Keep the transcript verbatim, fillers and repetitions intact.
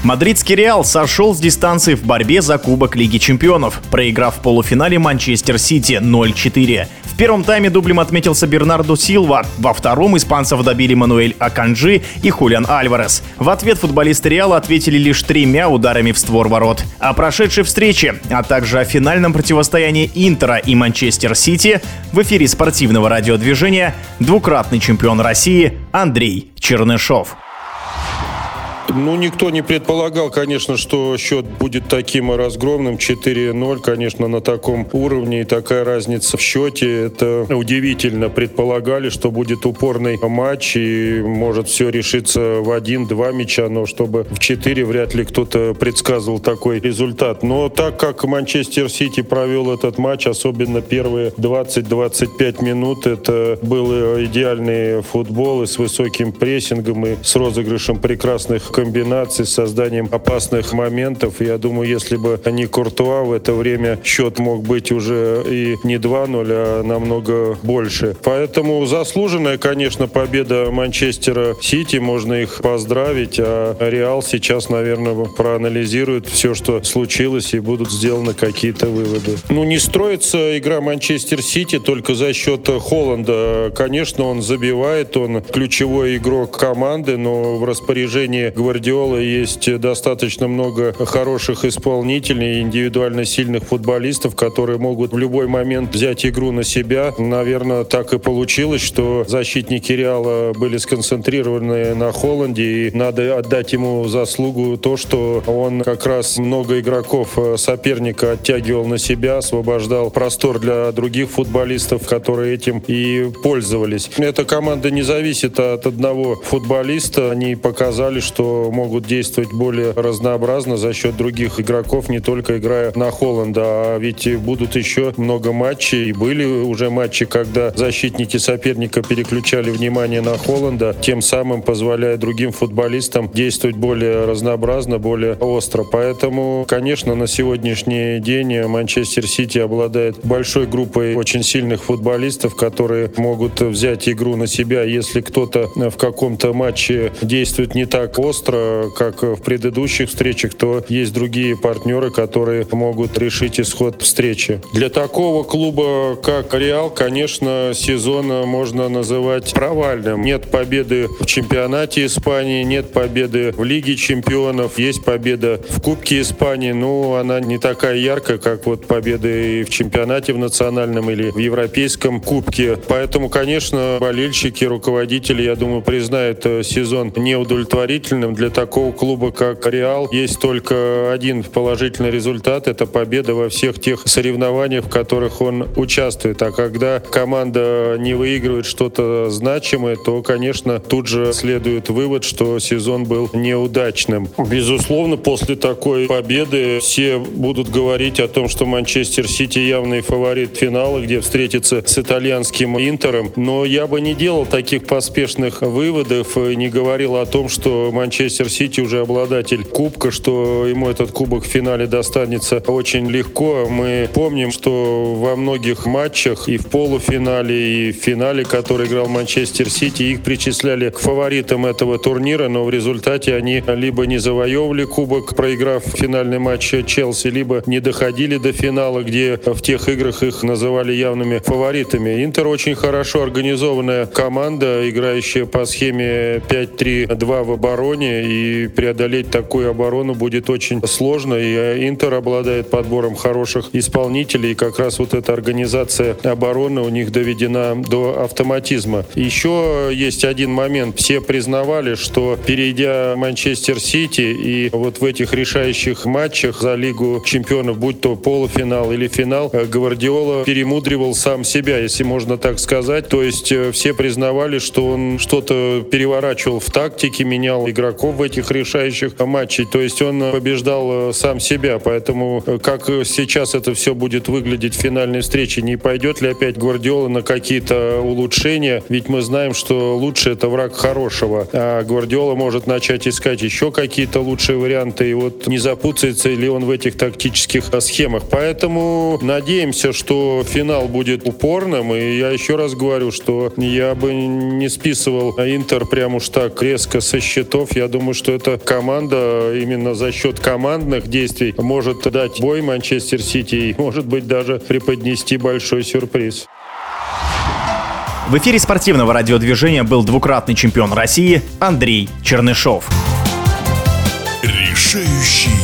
Мадридский Реал сошел с дистанции в борьбе за Кубок Лиги Чемпионов, проиграв в полуфинале Манчестер Сити ноль четыре. В первом тайме дублем отметился Бернардо Силва, во втором испанцев добили Мануэль Аканджи и Хулиан Альварес. В ответ футболисты Реала ответили лишь тремя ударами в створ ворот. О прошедшей встрече, а также о финальном противостоянии Интера и Манчестер Сити в эфире спортивного радиодвижения двукратный чемпион России Андрей Чернышов. Ну, никто не предполагал, конечно, что счет будет таким разгромным. четыре ноль, конечно, на таком уровне и такая разница в счете. Это удивительно. Предполагали, что будет упорный матч и может все решиться в один-два мяча, но чтобы в четыре вряд ли кто-то предсказывал такой результат. Но так как Манчестер Сити провел этот матч, особенно первые двадцать-двадцать пять минут, это был идеальный футбол и с высоким прессингом, и с розыгрышем прекрасных комбинаций, с созданием опасных моментов. Я думаю, если бы не Куртуа, в это время счет мог быть уже и не два ноль, а намного больше. Поэтому заслуженная, конечно, победа Манчестера Сити. Можно их поздравить. А Реал сейчас, наверное, проанализирует все, что случилось, и будут сделаны какие-то выводы. Ну, не строится игра Манчестер Сити только за счет Холланда. Конечно, он забивает, он ключевой игрок команды, но в распоряжении Гвардиола есть достаточно много хороших исполнителей, индивидуально сильных футболистов, которые могут в любой момент взять игру на себя. Наверное, так и получилось, что защитники Реала были сконцентрированы на Холланде, и надо отдать ему заслугу то, что он как раз много игроков соперника оттягивал на себя, освобождал простор для других футболистов, которые этим и пользовались. Эта команда не зависит от одного футболиста. Они показали, что могут действовать более разнообразно за счет других игроков, не только играя на Холланда. А ведь будут еще много матчей, и были уже матчи, когда защитники соперника переключали внимание на Холланда, тем самым позволяя другим футболистам действовать более разнообразно, более остро. Поэтому, конечно, на сегодняшний день Манчестер Сити обладает большой группой очень сильных футболистов, которые могут взять игру на себя. Если кто-то в каком-то матче действует не так остро, как в предыдущих встречах, то есть другие партнеры, которые могут решить исход встречи. Для такого клуба, как Реал, конечно, сезон можно называть провальным. Нет победы в чемпионате Испании, нет победы в Лиге чемпионов, есть победа в Кубке Испании, но она не такая яркая, как вот победы в чемпионате в национальном или в Европейском Кубке. Поэтому, конечно, болельщики, руководители, я думаю, признают сезон неудовлетворительным. Для такого клуба, как Реал, есть только один положительный результат — это победа во всех тех соревнованиях, в которых он участвует. А когда команда не выигрывает что-то значимое, то, конечно, тут же следует вывод, что сезон был неудачным. Безусловно, после такой победы все будут говорить о том, что Манчестер Сити явный фаворит финала, где встретится с итальянским Интером. Но я бы не делал таких поспешных выводов и не говорил о том, что Манчестер Сити уже обладатель кубка, что ему этот кубок в финале достанется очень легко. Мы помним, что во многих матчах и в полуфинале, и в финале, который играл Манчестер Сити, их причисляли к фаворитам этого турнира, но в результате они либо не завоевывали кубок, проиграв финальный матч Челси, либо не доходили до финала, где в тех играх их называли явными фаворитами. Интер очень хорошо организованная команда, играющая по схеме пять три два в обороне, и преодолеть такую оборону будет очень сложно. И Интер обладает подбором хороших исполнителей, и как раз вот эта организация обороны у них доведена до автоматизма. Еще есть один момент. Все признавали, что перейдя Манчестер Сити и вот в этих решающих матчах за Лигу чемпионов, будь то полуфинал или финал, Гвардиола перемудривал сам себя, если можно так сказать. То есть все признавали, что он что-то переворачивал в тактике, менял игроков в этих решающих матчей. То есть он побеждал сам себя. Поэтому как сейчас это все будет выглядеть в финальной встрече? Не пойдет ли опять Гвардиола на какие-то улучшения? Ведь мы знаем, что лучше — это враг хорошего. А Гвардиола может начать искать еще какие-то лучшие варианты. И вот не запутается ли он в этих тактических схемах. Поэтому надеемся, что финал будет упорным. И я еще раз говорю, что я бы не списывал Интер прям уж так резко со счетов. Я Я думаю, что эта команда именно за счет командных действий может дать бой Манчестер Сити и, может быть, даже преподнести большой сюрприз. В эфире спортивного радиодвижения был двукратный чемпион России Андрей Чернышов. Решающий